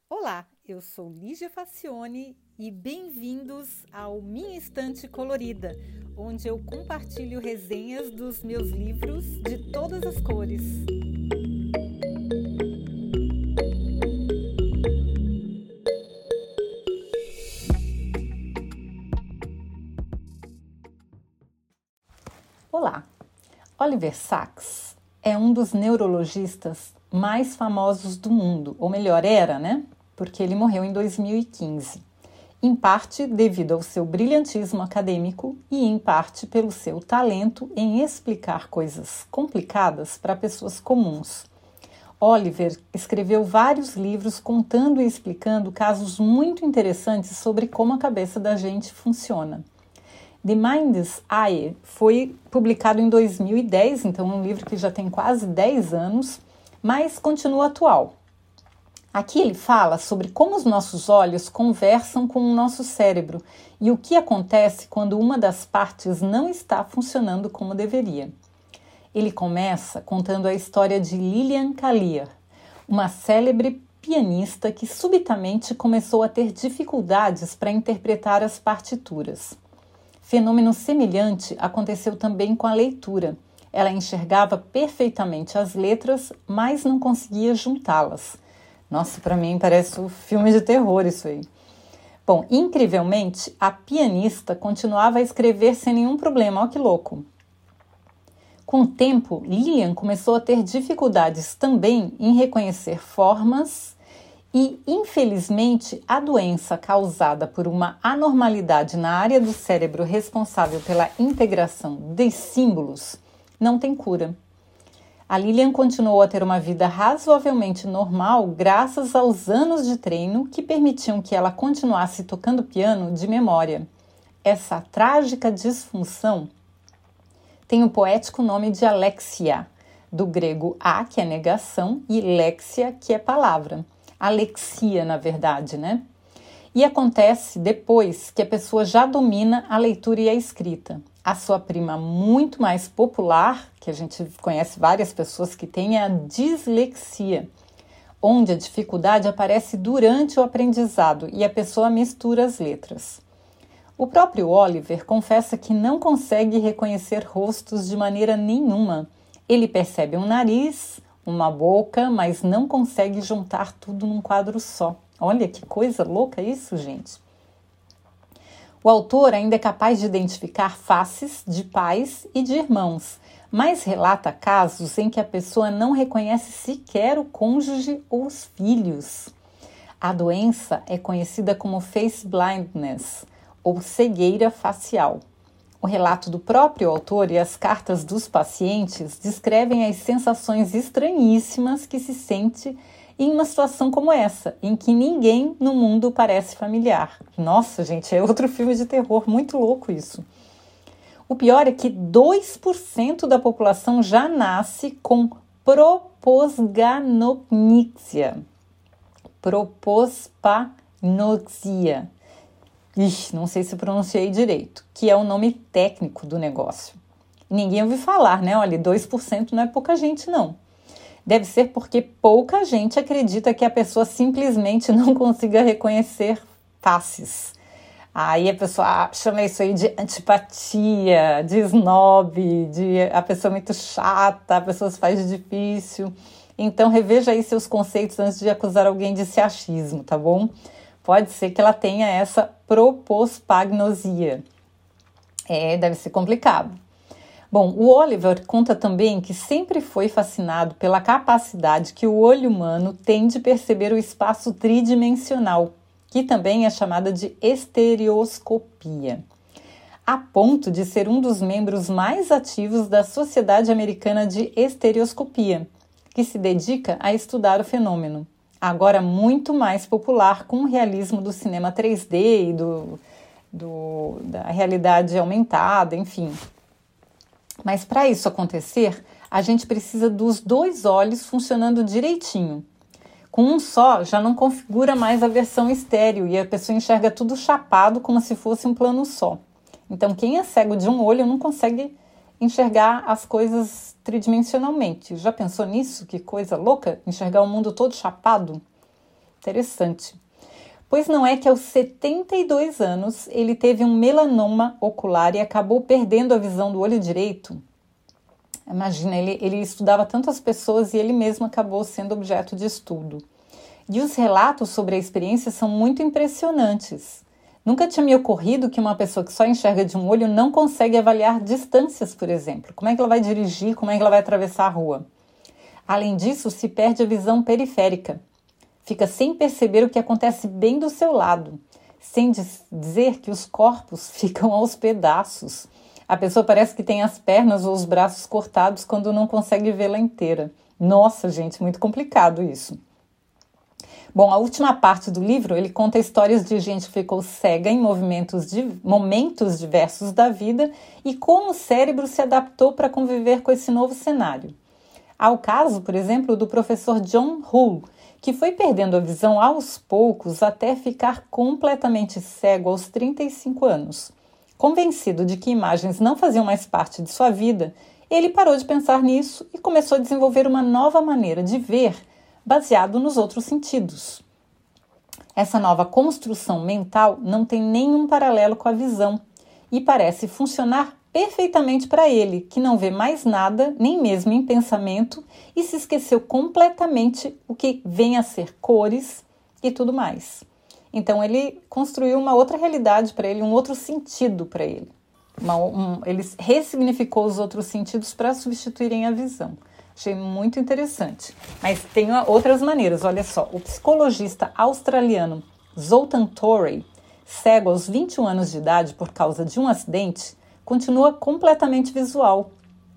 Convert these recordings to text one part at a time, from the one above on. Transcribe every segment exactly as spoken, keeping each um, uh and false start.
Olá, eu sou Lígia Facione e bem-vindos ao Minha Estante Colorida, onde eu compartilho resenhas dos meus livros de todas as cores. Olá, Oliver Sacks é um dos neurologistas mais famosos do mundo, ou melhor, era, né? Porque ele morreu em dois mil e quinze, em parte devido ao seu brilhantismo acadêmico e em parte pelo seu talento em explicar coisas complicadas para pessoas comuns. Oliver escreveu vários livros contando e explicando casos muito interessantes sobre como a cabeça da gente funciona. The Mind's Eye foi publicado em dois mil e dez, então é um livro que já tem quase dez anos, mas continua atual. Aqui ele fala sobre como os nossos olhos conversam com o nosso cérebro e o que acontece quando uma das partes não está funcionando como deveria. Ele começa contando a história de Lillian Kallier, uma célebre pianista que subitamente começou a ter dificuldades para interpretar as partituras. Fenômeno semelhante aconteceu também com a leitura. Ela enxergava perfeitamente as letras, mas não conseguia juntá-las. Nossa, para mim parece um filme de terror isso aí. Bom, incrivelmente, a pianista continuava a escrever sem nenhum problema. Olha que louco. Com o tempo, Lillian começou a ter dificuldades também em reconhecer formas e, infelizmente, a doença causada por uma anormalidade na área do cérebro responsável pela integração de símbolos não tem cura. A Lillian continuou a ter uma vida razoavelmente normal graças aos anos de treino que permitiam que ela continuasse tocando piano de memória. Essa trágica disfunção tem o poético nome de alexia, do grego a, que é negação, e lexia, que é palavra. Alexia, na verdade, né? E acontece depois que a pessoa já domina a leitura e a escrita. A sua prima muito mais popular, que a gente conhece várias pessoas que têm, é a dislexia, onde a dificuldade aparece durante o aprendizado e a pessoa mistura as letras. O próprio Oliver confessa que não consegue reconhecer rostos de maneira nenhuma. Ele percebe um nariz, uma boca, mas não consegue juntar tudo num quadro só. Olha que coisa louca isso, gente. O autor ainda é capaz de identificar faces de pais e de irmãos, mas relata casos em que a pessoa não reconhece sequer o cônjuge ou os filhos. A doença é conhecida como face blindness, ou cegueira facial. O relato do próprio autor e as cartas dos pacientes descrevem as sensações estranhíssimas que se sente em uma situação como essa, em que ninguém no mundo parece familiar. Nossa, gente, é outro filme de terror, muito louco isso. O pior é que dois por cento da população já nasce com proposganopníxia. Propospanopsia. Ixi, não sei se pronunciei direito, que é o nome técnico do negócio. Ninguém ouviu falar, né? Olha, dois por cento não é pouca gente, não. Deve ser porque pouca gente acredita que a pessoa simplesmente não consiga reconhecer faces. Aí a pessoa chama isso aí de antipatia, de snob, de a pessoa muito chata, a pessoa se faz de difícil. Então reveja aí seus conceitos antes de acusar alguém de achismo, tá bom? Pode ser que ela tenha essa propospagnosia. É, deve ser complicado. Bom, o Oliver conta também que sempre foi fascinado pela capacidade que o olho humano tem de perceber o espaço tridimensional, que também é chamada de estereoscopia, a ponto de ser um dos membros mais ativos da Sociedade Americana de Estereoscopia, que se dedica a estudar o fenômeno, agora muito mais popular com o realismo do cinema três D e do, do, da realidade aumentada, enfim. Mas para isso acontecer, a gente precisa dos dois olhos funcionando direitinho. Com um só, já não configura mais a versão estéreo e a pessoa enxerga tudo chapado como se fosse um plano só. Então, quem é cego de um olho não consegue enxergar as coisas tridimensionalmente. Já pensou nisso? Que coisa louca? Enxergar o mundo todo chapado? Interessante. Pois não é que aos setenta e dois anos ele teve um melanoma ocular e acabou perdendo a visão do olho direito? Imagina, ele, ele estudava tantas pessoas e ele mesmo acabou sendo objeto de estudo. E os relatos sobre a experiência são muito impressionantes. Nunca tinha me ocorrido que uma pessoa que só enxerga de um olho não consegue avaliar distâncias, por exemplo. Como é que ela vai dirigir, como é que ela vai atravessar a rua? Além disso, se perde a visão periférica. Fica sem perceber o que acontece bem do seu lado, sem dizer que os corpos ficam aos pedaços. A pessoa parece que tem as pernas ou os braços cortados quando não consegue vê-la inteira. Nossa, gente, muito complicado isso. Bom, a última parte do livro, ele conta histórias de gente que ficou cega em movimentos de, momentos diversos da vida e como o cérebro se adaptou para conviver com esse novo cenário. Há o caso, por exemplo, do professor John Hull, que foi perdendo a visão aos poucos até ficar completamente cego aos trinta e cinco anos. Convencido de que imagens não faziam mais parte de sua vida, ele parou de pensar nisso e começou a desenvolver uma nova maneira de ver, baseado nos outros sentidos. Essa nova construção mental não tem nenhum paralelo com a visão e parece funcionar perfeitamente para ele, que não vê mais nada, nem mesmo em pensamento, e se esqueceu completamente o que vem a ser cores e tudo mais. Então ele construiu uma outra realidade para ele, um outro sentido para ele. Uma, um, ele ressignificou os outros sentidos para substituírem a visão. Achei muito interessante. Mas tem outras maneiras, olha só. O psicologista australiano Zoltan Torrey, cego aos vinte e um anos de idade por causa de um acidente, continua completamente visual.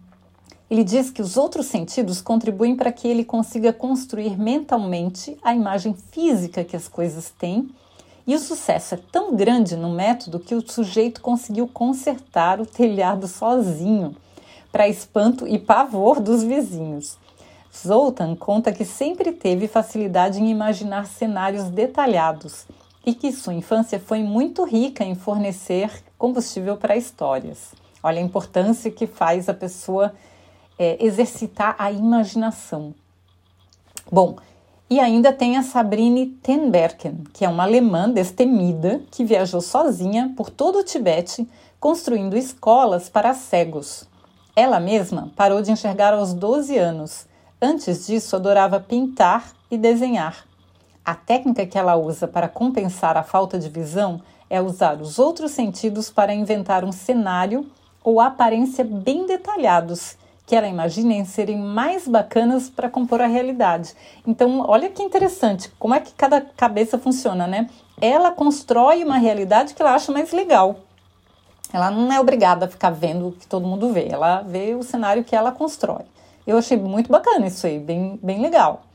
Ele diz que os outros sentidos contribuem para que ele consiga construir mentalmente a imagem física que as coisas têm, e o sucesso é tão grande no método que o sujeito conseguiu consertar o telhado sozinho, para espanto e pavor dos vizinhos. Zoltan conta que sempre teve facilidade em imaginar cenários detalhados e que sua infância foi muito rica em fornecer combustível para histórias. Olha a importância que faz a pessoa é, exercitar a imaginação. Bom, e ainda tem a Sabrine Tenberken, que é uma alemã destemida que viajou sozinha por todo o Tibete, construindo escolas para cegos. Ela mesma parou de enxergar aos doze anos. Antes disso, adorava pintar e desenhar. A técnica que ela usa para compensar a falta de visão é usar os outros sentidos para inventar um cenário ou aparência bem detalhados, que ela imagina em serem mais bacanas para compor a realidade. Então, olha que interessante, como é que cada cabeça funciona, né? Ela constrói uma realidade que ela acha mais legal. Ela não é obrigada a ficar vendo o que todo mundo vê, ela vê o cenário que ela constrói. Eu achei muito bacana isso aí, bem, bem legal.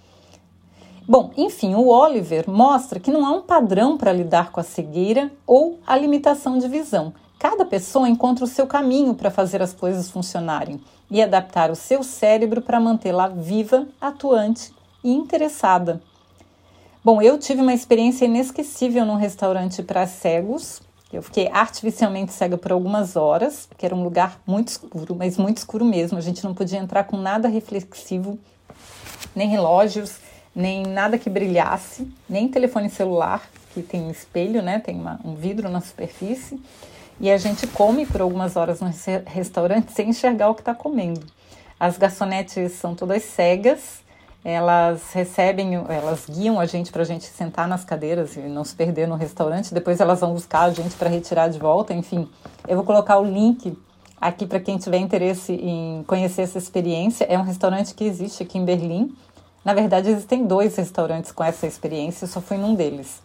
Bom, enfim, o Oliver mostra que não há um padrão para lidar com a cegueira ou a limitação de visão. Cada pessoa encontra o seu caminho para fazer as coisas funcionarem e adaptar o seu cérebro para mantê-la viva, atuante e interessada. Bom, eu tive uma experiência inesquecível num restaurante para cegos. Eu fiquei artificialmente cega por algumas horas, porque era um lugar muito escuro, mas muito escuro mesmo. A gente não podia entrar com nada reflexivo, nem relógios, nem nada que brilhasse, nem telefone celular, que tem um espelho, né? Tem uma, um vidro na superfície. E a gente come por algumas horas no restaurante sem enxergar o que está comendo. As garçonetes são todas cegas, elas recebem, elas guiam a gente para a gente sentar nas cadeiras e não se perder no restaurante. Depois elas vão buscar a gente para retirar de volta. Enfim, eu vou colocar o link aqui para quem tiver interesse em conhecer essa experiência. É um restaurante que existe aqui em Berlim. Na verdade, existem dois restaurantes com essa experiência, eu só fui num deles.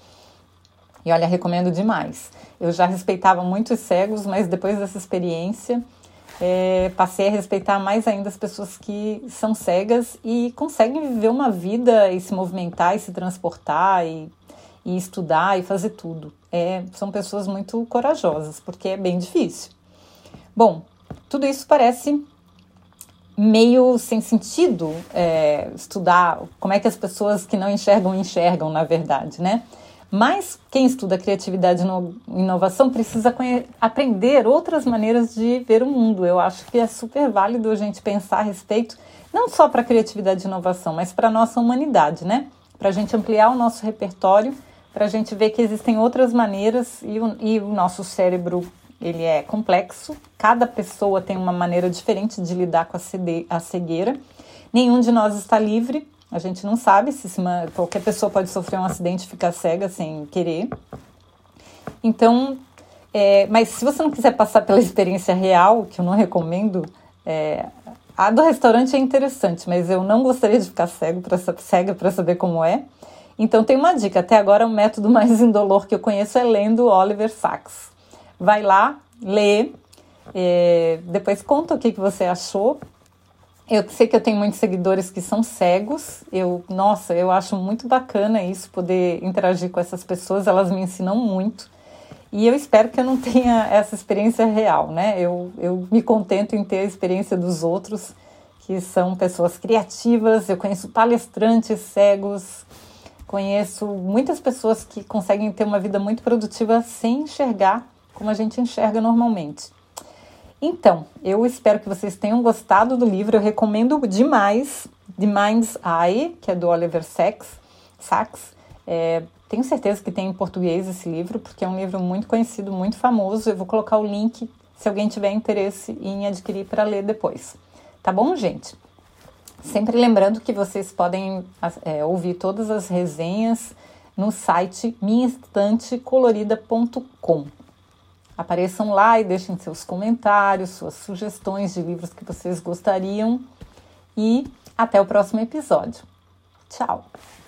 E olha, recomendo demais. Eu já respeitava muito os cegos, mas depois dessa experiência, é, passei a respeitar mais ainda as pessoas que são cegas e conseguem viver uma vida e se movimentar e se transportar e, e estudar e fazer tudo. É, são pessoas muito corajosas, porque é bem difícil. Bom, tudo isso parece meio sem sentido, é, estudar como é que as pessoas que não enxergam, enxergam, na verdade, né? Mas quem estuda criatividade e inovação precisa conhe- aprender outras maneiras de ver o mundo. Eu acho que é super válido a gente pensar a respeito, não só para criatividade e inovação, mas para a nossa humanidade, né? para a gente ampliar o nosso repertório, para a gente ver que existem outras maneiras e o, e o nosso cérebro ele é complexo, cada pessoa tem uma maneira diferente de lidar com a, cede, a cegueira, nenhum de nós está livre, a gente não sabe se uma, qualquer pessoa pode sofrer um acidente e ficar cega sem querer. Então, é, mas se você não quiser passar pela experiência real, que eu não recomendo, é, a do restaurante é interessante, mas eu não gostaria de ficar cego pra, cega para saber como é. Então tem uma dica, até agora o método mais indolor que eu conheço é lendo Oliver Sacks. Vai lá, lê, é, depois conta o que, que você achou. Eu sei que eu tenho muitos seguidores que são cegos, eu, nossa, eu acho muito bacana isso, poder interagir com essas pessoas, elas me ensinam muito. E eu espero que eu não tenha essa experiência real, né? Eu, eu me contento em ter a experiência dos outros, que são pessoas criativas. Eu conheço palestrantes cegos, conheço muitas pessoas que conseguem ter uma vida muito produtiva sem enxergar como a gente enxerga normalmente. Então, eu espero que vocês tenham gostado do livro. Eu recomendo demais The Mind's Eye, que é do Oliver Sacks. Sacks. É, tenho certeza que tem em português esse livro, porque é um livro muito conhecido, muito famoso. Eu vou colocar o link se alguém tiver interesse em adquirir para ler depois. Tá bom, gente? Sempre lembrando que vocês podem é, ouvir todas as resenhas no site minha estante colorida ponto com. Apareçam lá e deixem seus comentários, suas sugestões de livros que vocês gostariam. E até o próximo episódio. Tchau!